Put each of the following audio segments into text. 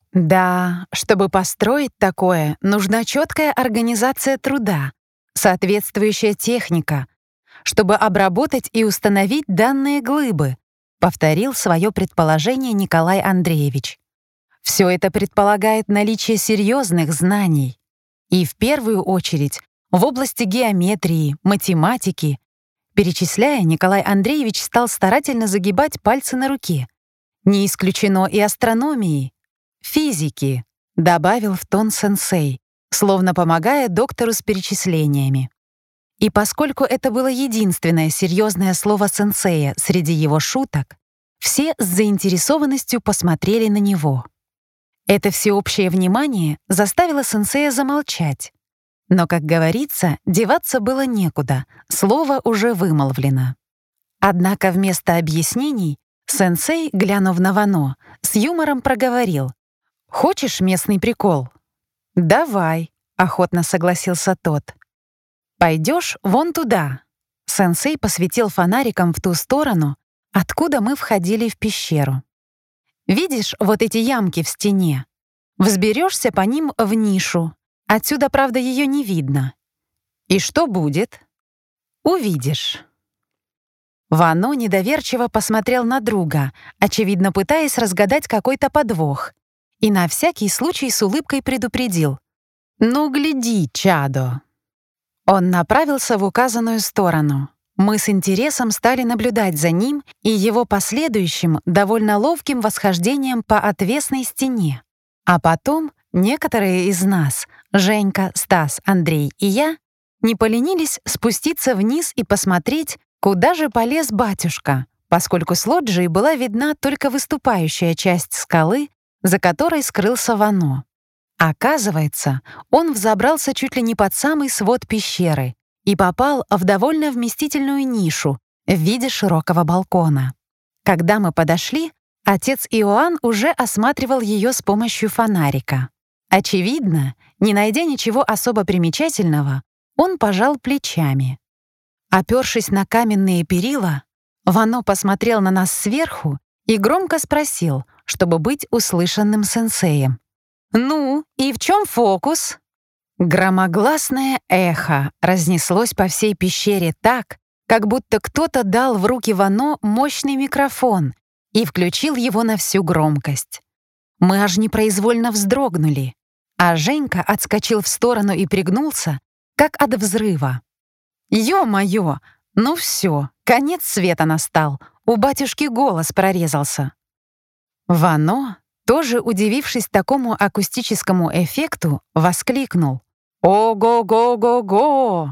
Да, чтобы построить такое, нужна четкая организация труда, соответствующая техника, чтобы обработать и установить данные глыбы, повторил свое предположение Николай Андреевич. Все это предполагает наличие серьезных знаний. И в первую очередь в области геометрии, математики. Перечисляя, Николай Андреевич стал старательно загибать пальцы на руке. Не исключено и астрономии, физики, добавил в тон сенсей, словно помогая доктору с перечислениями. И поскольку это было единственное серьезное слово сенсея среди его шуток, все с заинтересованностью посмотрели на него. Это всеобщее внимание заставило сенсея замолчать. Но, как говорится, деваться было некуда, слово уже вымолвлено. Однако вместо объяснений сенсей, глянув на Вано, с юмором проговорил: «Хочешь местный прикол?» «Давай», — охотно согласился тот. «Пойдешь вон туда». Сенсей посветил фонариком в ту сторону, откуда мы входили в пещеру. «Видишь вот эти ямки в стене? Взберешься по ним в нишу. Отсюда, правда, ее не видно. И что будет? Увидишь». Вано недоверчиво посмотрел на друга, очевидно пытаясь разгадать какой-то подвох, и на всякий случай с улыбкой предупредил: «Ну, гляди, чадо». Он направился в указанную сторону. Мы с интересом стали наблюдать за ним и его последующим, довольно ловким восхождением по отвесной стене. А потом некоторые из нас, Женька, Стас, Андрей и я, не поленились спуститься вниз и посмотреть, куда же полез батюшка, поскольку с лоджии была видна только выступающая часть скалы, за которой скрылся Вано. Оказывается, он взобрался чуть ли не под самый свод пещеры и попал в довольно вместительную нишу в виде широкого балкона. Когда мы подошли, отец Иоанн уже осматривал ее с помощью фонарика. Очевидно, не найдя ничего особо примечательного, он пожал плечами. Опёршись на каменные перила, Вано посмотрел на нас сверху и громко спросил, чтобы быть услышанным сенсеем: «Ну, и в чем фокус?» Громогласное эхо разнеслось по всей пещере так, как будто кто-то дал в руки Вано мощный микрофон и включил его на всю громкость. Мы аж непроизвольно вздрогнули, а Женька отскочил в сторону и пригнулся, как от взрыва. «Ё-моё! Ну всё, конец света настал, у батюшки голос прорезался». Вано, тоже удивившись такому акустическому эффекту, воскликнул: «Ого-го-го-го!».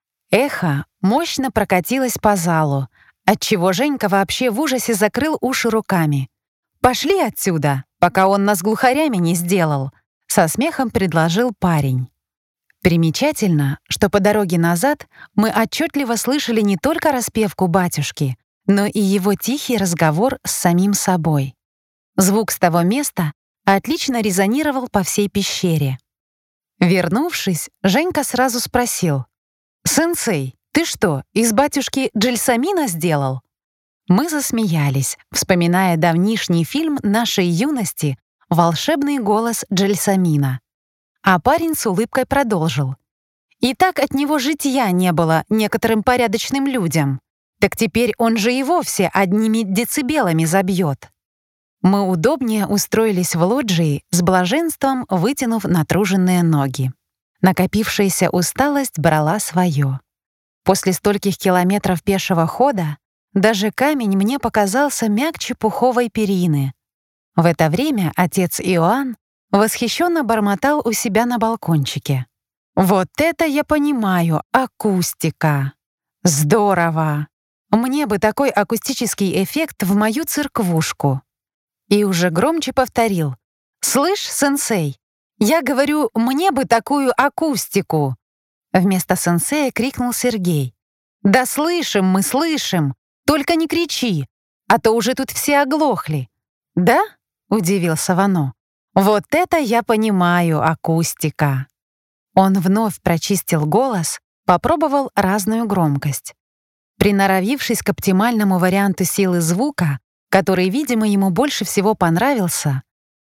Эхо мощно прокатилось по залу, отчего Женька вообще в ужасе закрыл уши руками. «Пошли отсюда, пока он нас глухарями не сделал», — со смехом предложил парень. Примечательно, что по дороге назад мы отчетливо слышали не только распевку батюшки, но и его тихий разговор с самим собой. Звук с того места отлично резонировал по всей пещере. Вернувшись, Женька сразу спросил: «Сенсей, ты что, из батюшки Джельсамина сделал?» Мы засмеялись, вспоминая давнишний фильм нашей юности «Волшебный голос Джельсамина». А парень с улыбкой продолжил: «И так от него житья не было некоторым порядочным людям. Так теперь он же и вовсе одними децибелами забьет». Мы удобнее устроились в лоджии, с блаженством вытянув натруженные ноги. Накопившаяся усталость брала свое. После стольких километров пешего хода даже камень мне показался мягче пуховой перины. В это время отец Иоанн восхищенно бормотал у себя на балкончике: «Вот это я понимаю, акустика! Здорово! Мне бы такой акустический эффект в мою церквушку!» И уже громче повторил: «Слышь, сенсей, я говорю, мне бы такую акустику!» Вместо сенсея крикнул Сергей: «Да слышим мы, слышим! Только не кричи, а то уже тут все оглохли». «Да?» — удивился Вано. «Вот это я понимаю, акустика!» Он вновь прочистил голос, попробовал разную громкость. Приноровившись к оптимальному варианту силы звука, который, видимо, ему больше всего понравился,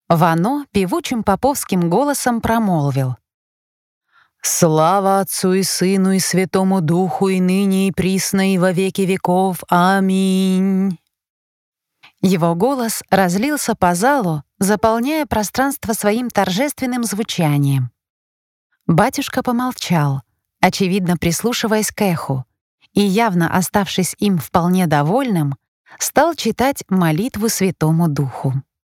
Вано певучим поповским голосом промолвил: «Слава Отцу и Сыну и Святому Духу, и ныне, и присно, и во веки веков. Аминь». Его голос разлился по залу, заполняя пространство своим торжественным звучанием. Батюшка помолчал, очевидно прислушиваясь к эху, и, явно оставшись им вполне довольным, стал читать молитву Святому Духу.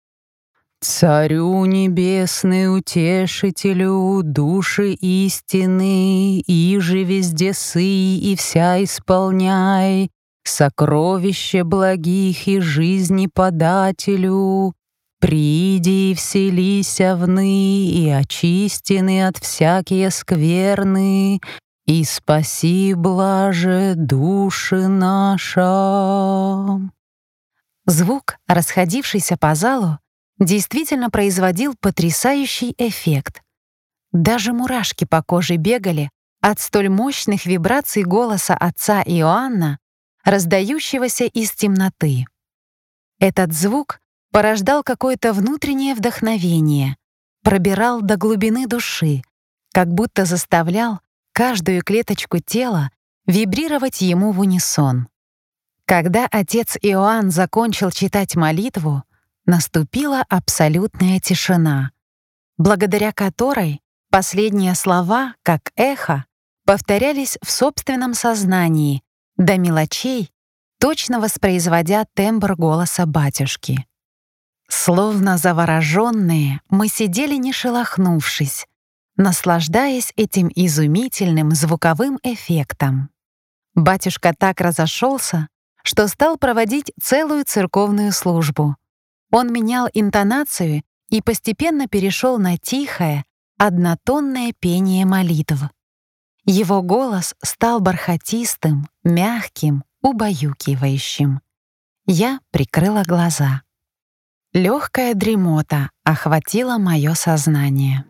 «Царю небесный, утешителю, души истины, иже везде сый и вся исполняй, сокровище благих и жизни подателю, приди и вселися вны, и очистены от всякие скверны, и спаси, блаже, души наша». Звук, расходившийся по залу, действительно производил потрясающий эффект. Даже мурашки по коже бегали от столь мощных вибраций голоса отца Иоанна, раздающегося из темноты. Этот звук порождал какое-то внутреннее вдохновение, пробирал до глубины души, как будто заставлял каждую клеточку тела вибрировать ему в унисон. Когда отец Иоанн закончил читать молитву, наступила абсолютная тишина, благодаря которой последние слова, как эхо, повторялись в собственном сознании, до мелочей, точно воспроизводя тембр голоса батюшки. Словно завороженные, мы сидели не шелохнувшись, наслаждаясь этим изумительным звуковым эффектом. Батюшка так разошелся, что стал проводить целую церковную службу. Он менял интонацию и постепенно перешел на тихое, однотонное пение молитв. Его голос стал бархатистым, мягким, убаюкивающим. Я прикрыла глаза. Легкая дремота охватила мое сознание.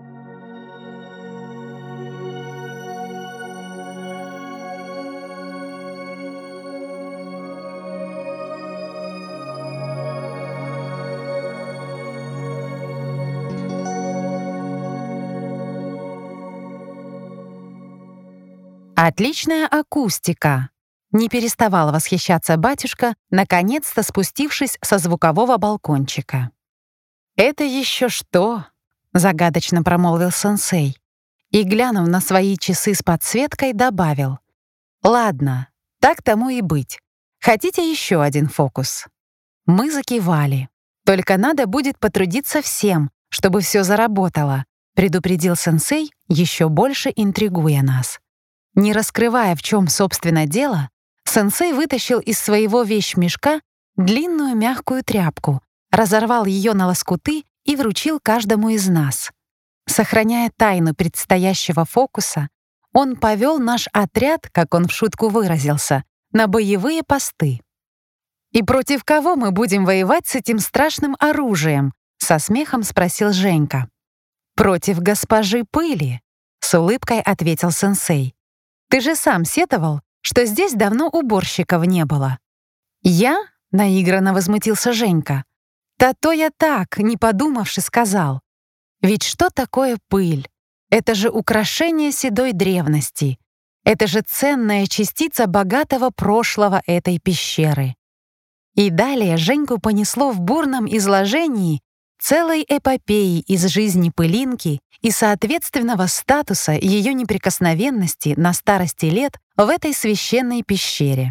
«Отличная акустика!» — не переставал восхищаться батюшка, наконец-то спустившись со звукового балкончика. «Это еще что?» — загадочно промолвил сенсей и, глянув на свои часы с подсветкой, добавил: «Ладно, так тому и быть. Хотите еще один фокус?» Мы закивали. «Только надо будет потрудиться всем, чтобы все заработало», — предупредил сенсей, еще больше интригуя нас. Не раскрывая, в чем, собственно, дело, сенсей вытащил из своего вещмешка длинную мягкую тряпку, разорвал ее на лоскуты и вручил каждому из нас. Сохраняя тайну предстоящего фокуса, он повел наш отряд, как он в шутку выразился, на боевые посты. «И против кого мы будем воевать с этим страшным оружием?» — со смехом спросил Женька. «Против госпожи Пыли», — с улыбкой ответил сенсей. «Ты же сам сетовал, что здесь давно уборщиков не было». «Я?» — наигранно возмутился Женька. «Да то я так, не подумавши, сказал. Ведь что такое пыль? Это же украшение седой древности. Это же ценная частица богатого прошлого этой пещеры». И далее Женьку понесло в бурном изложении целой эпопеи из жизни пылинки и соответственного статуса ее неприкосновенности на старости лет в этой священной пещере.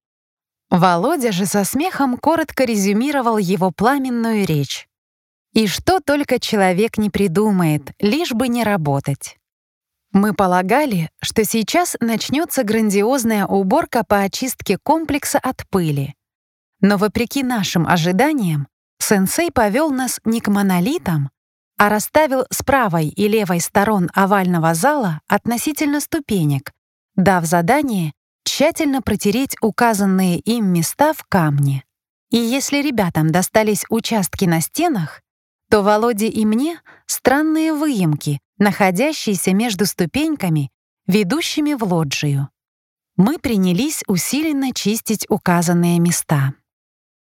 Володя же со смехом коротко резюмировал его пламенную речь. И что только человек не придумает, лишь бы не работать. Мы полагали, что сейчас начнется грандиозная уборка по очистке комплекса от пыли. Но вопреки нашим ожиданиям, сенсей повел нас не к монолитам, а расставил с правой и левой сторон овального зала относительно ступенек, дав задание тщательно протереть указанные им места в камне. И если ребятам достались участки на стенах, то Володе и мне — странные выемки, находящиеся между ступеньками, ведущими в лоджию. Мы принялись усиленно чистить указанные места.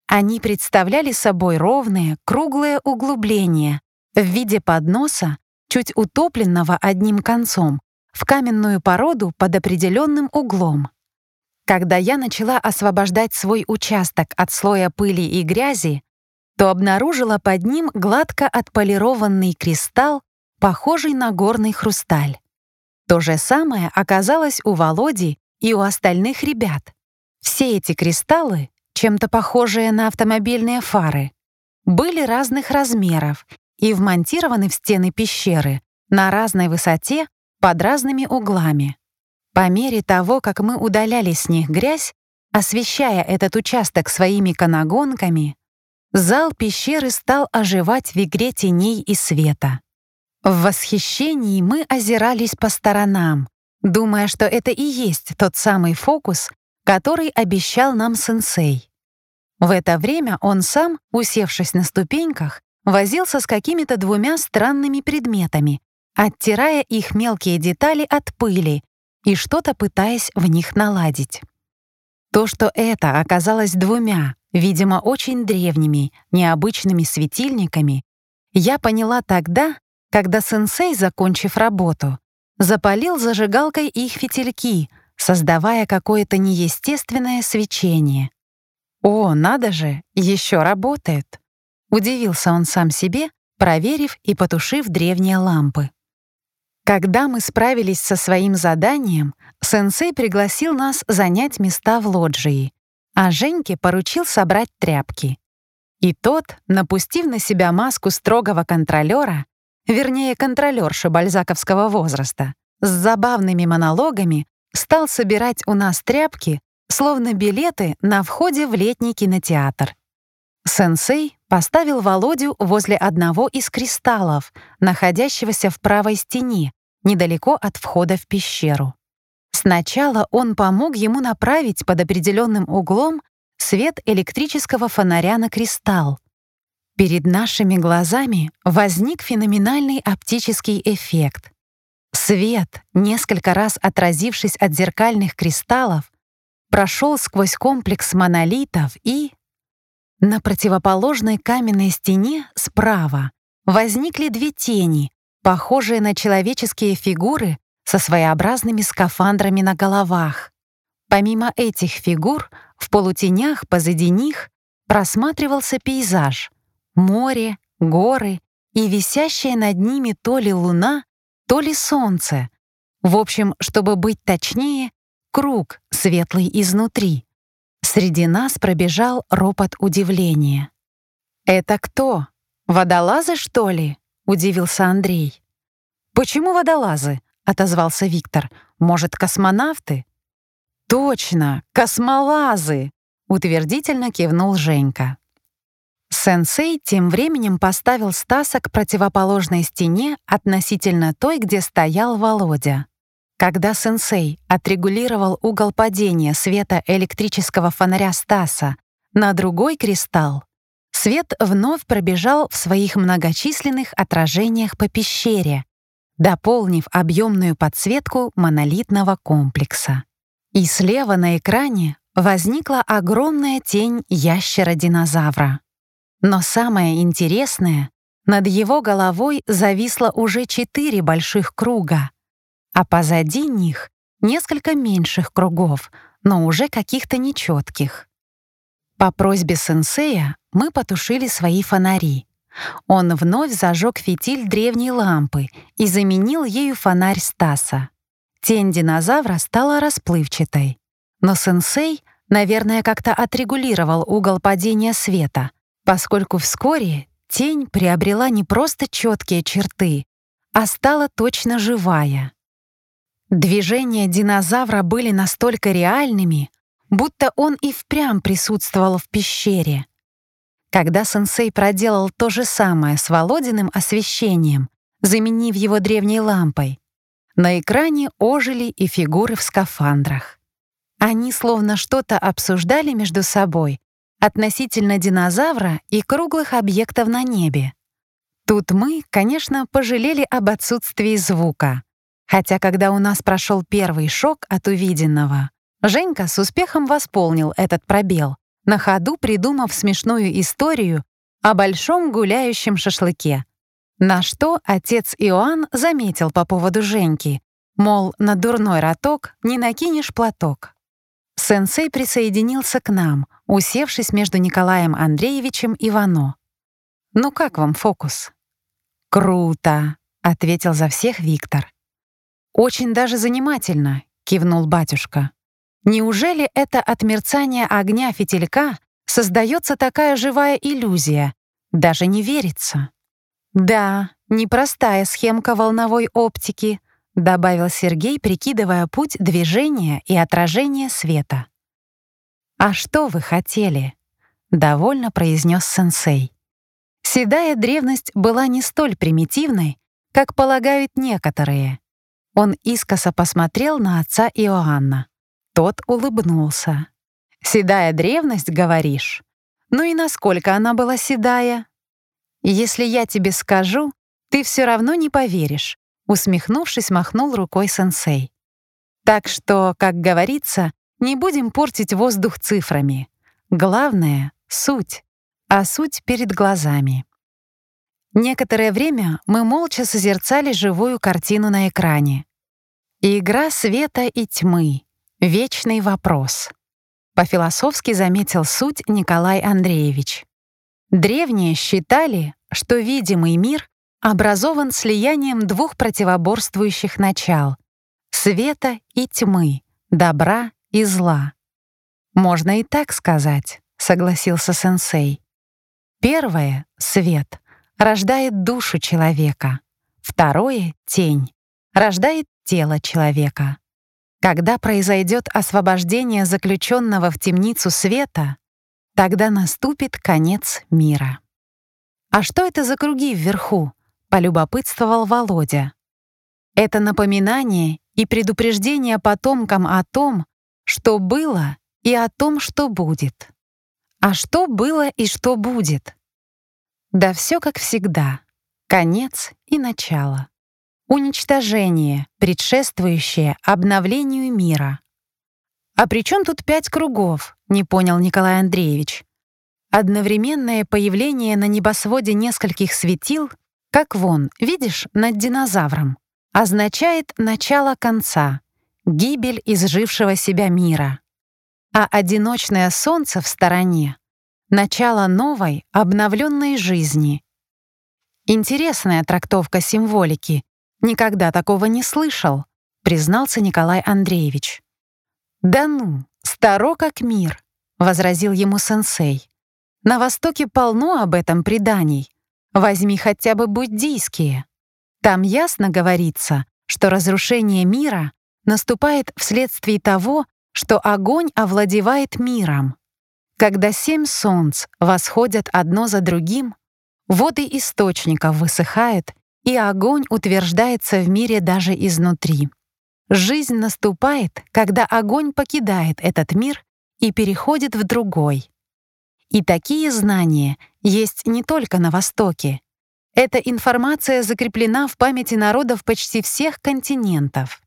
Они представляли собой ровные, круглые углубления в виде подноса, чуть утопленного одним концом, в каменную породу под определенным углом. Когда я начала освобождать свой участок от слоя пыли и грязи, то обнаружила под ним гладко отполированный кристалл, похожий на горный хрусталь. То же самое оказалось у Володи и у остальных ребят. Все эти кристаллы, чем-то похожие на автомобильные фары, были разных размеров и вмонтированы в стены пещеры на разной высоте под разными углами. По мере того, как мы удаляли с них грязь, освещая этот участок своими канагонками, зал пещеры стал оживать в игре теней и света. В восхищении мы озирались по сторонам, думая, что это и есть тот самый фокус, который обещал нам сенсей. В это время он сам, усевшись на ступеньках, возился с какими-то двумя странными предметами, оттирая их мелкие детали от пыли и что-то пытаясь в них наладить. То, что это оказалось двумя, видимо, очень древними, необычными светильниками, я поняла тогда, когда сенсей, закончив работу, запалил зажигалкой их фитильки, создавая какое-то неестественное свечение. «О, надо же, еще работает!» — удивился он сам себе, проверив и потушив древние лампы. Когда мы справились со своим заданием, сенсей пригласил нас занять места в лоджии, а Женьке поручил собрать тряпки. И тот, напустив на себя маску строгого контролера, вернее, контролерши бальзаковского возраста, с забавными монологами стал собирать у нас тряпки, словно билеты на входе в летний кинотеатр. Сенсей поставил Володю возле одного из кристаллов, находящегося в правой стене, недалеко от входа в пещеру. Сначала он помог ему направить под определенным углом свет электрического фонаря на кристалл. Перед нашими глазами возник феноменальный оптический эффект. Свет, несколько раз отразившись от зеркальных кристаллов, прошел сквозь комплекс монолитов и... На противоположной каменной стене справа возникли две тени, похожие на человеческие фигуры со своеобразными скафандрами на головах. Помимо этих фигур, в полутенях позади них просматривался пейзаж — море, горы и висящая над ними то ли луна, то ли солнце. В общем, чтобы быть точнее, круг, светлый изнутри. Среди нас пробежал ропот удивления. «Это кто? Водолазы, что ли?» — удивился Андрей. «Почему водолазы?» — отозвался Виктор. «Может, космонавты?» «Точно, космолазы!» — утвердительно кивнул Женька. Сенсей тем временем поставил Стаса к противоположной стене относительно той, где стоял Володя. Когда сенсей отрегулировал угол падения света электрического фонаря Стаса на другой кристалл, свет вновь пробежал в своих многочисленных отражениях по пещере, дополнив объемную подсветку монолитного комплекса. И слева на экране возникла огромная тень ящера-динозавра. Но самое интересное, над его головой зависло уже 4 больших круга, а позади них несколько меньших кругов, но уже каких-то нечетких. По просьбе сенсея мы потушили свои фонари. Он вновь зажег фитиль древней лампы и заменил ею фонарь Стаса. Тень динозавра стала расплывчатой. Но сенсей, наверное, как-то отрегулировал угол падения света, поскольку вскоре тень приобрела не просто четкие черты, а стала точно живая. Движения динозавра были настолько реальными, будто он и впрямь присутствовал в пещере. Когда сенсей проделал то же самое с Володиным освещением, заменив его древней лампой, на экране ожили и фигуры в скафандрах. Они словно что-то обсуждали между собой относительно динозавра и круглых объектов на небе. Тут мы, конечно, пожалели об отсутствии звука. Хотя, когда у нас прошел первый шок от увиденного, Женька с успехом восполнил этот пробел, на ходу придумав смешную историю о большом гуляющем шашлыке. На что отец Иоанн заметил по поводу Женьки, мол, на дурной роток не накинешь платок. Сенсей присоединился к нам, усевшись между Николаем Андреевичем и Вано. «Ну как вам фокус?» «Круто», — ответил за всех Виктор. «Очень даже занимательно», — кивнул батюшка. «Неужели это от мерцания огня фитилька создается такая живая иллюзия? Даже не верится». «Да, непростая схемка волновой оптики», — добавил Сергей, прикидывая путь движения и отражения света. «А что вы хотели?» — довольно произнес сенсей. Седая древность была не столь примитивной, как полагают некоторые. Он искоса посмотрел на отца Иоанна. Тот улыбнулся. «Седая древность, говоришь? Ну и насколько она была седая?» «Если я тебе скажу, ты все равно не поверишь», усмехнувшись, махнул рукой сенсей. «Так что, как говорится, не будем портить воздух цифрами. Главное — суть, а суть перед глазами». Некоторое время мы молча созерцали живую картину на экране. Игра света и тьмы. Вечный вопрос. По-философски заметил суть Николай Андреевич. Древние считали, что видимый мир образован слиянием двух противоборствующих начал — света и тьмы, добра и зла. «Можно и так сказать», — согласился сенсей. Первое — свет — рождает душу человека. Второе — тень — рождает тело человека. Когда произойдет освобождение заключенного в темницу света, тогда наступит конец мира. «А что это за круги вверху?» — полюбопытствовал Володя. «Это напоминание и предупреждение потомкам о том, что было, и о том, что будет». «А что было и что будет?» «Да все как всегда. Конец и начало. Уничтожение, предшествующее обновлению мира». «А при чем тут 5 кругов?» — не понял Николай Андреевич. «Одновременное появление на небосводе нескольких светил, как вон, видишь, над динозавром, означает начало конца, гибель изжившего себя мира. А одиночное солнце в стороне — начало новой, обновленной жизни». «Интересная трактовка символики. Никогда такого не слышал», — признался Николай Андреевич. «Да ну, старо как мир», — возразил ему сенсей. «На Востоке полно об этом преданий. Возьми хотя бы буддийские. Там ясно говорится, что разрушение мира наступает вследствие того, что огонь овладевает миром. Когда 7 солнц восходят одно за другим, воды источников высыхают, и огонь утверждается в мире даже изнутри. Жизнь наступает, когда огонь покидает этот мир и переходит в другой. И такие знания есть не только на Востоке. Эта информация закреплена в памяти народов почти всех континентов.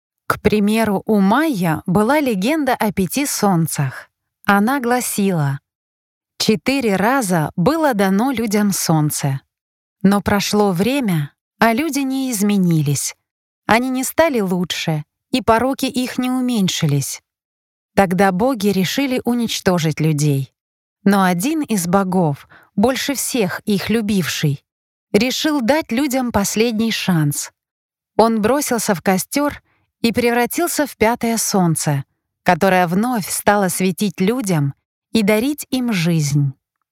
К примеру, у майя была легенда о 5 солнцах. Она гласила: 4 раза было дано людям солнце. Но прошло время, а люди не изменились. Они не стали лучше, и пороки их не уменьшились. Тогда боги решили уничтожить людей. Но один из богов, больше всех их любивший, решил дать людям последний шанс. Он бросился в костер и превратился в 5-е солнце, которое вновь стало светить людям и дарить им жизнь.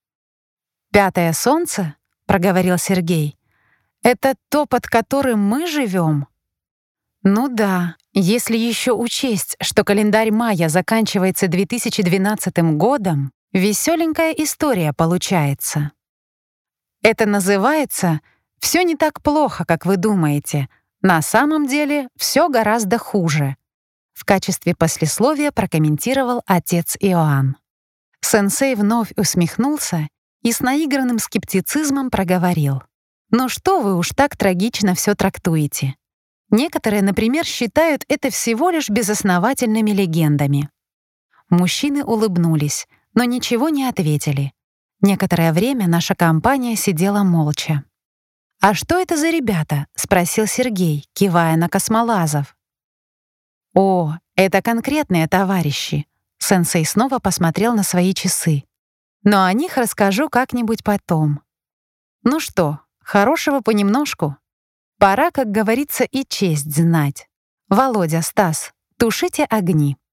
«5-е солнце?» — проговорил Сергей. «Это то, под которым мы живем?» «Ну да, если еще учесть, что календарь майя заканчивается 2012 годом, веселенькая история получается». «Это называется «все не так плохо, как вы думаете. На самом деле все гораздо хуже», — в качестве послесловия прокомментировал отец Иоанн. Сенсей вновь усмехнулся и с наигранным скептицизмом проговорил: «Ну что вы уж так трагично все трактуете? Некоторые, например, считают это всего лишь безосновательными легендами». Мужчины улыбнулись, но ничего не ответили. Некоторое время наша компания сидела молча. «А что это за ребята?» — спросил Сергей, кивая на космолазов. «О, это конкретные товарищи». Сенсей снова посмотрел на свои часы. «Но о них расскажу как-нибудь потом. Ну что, хорошего понемножку? Пора, как говорится, и честь знать. Володя, Стас, тушите огни».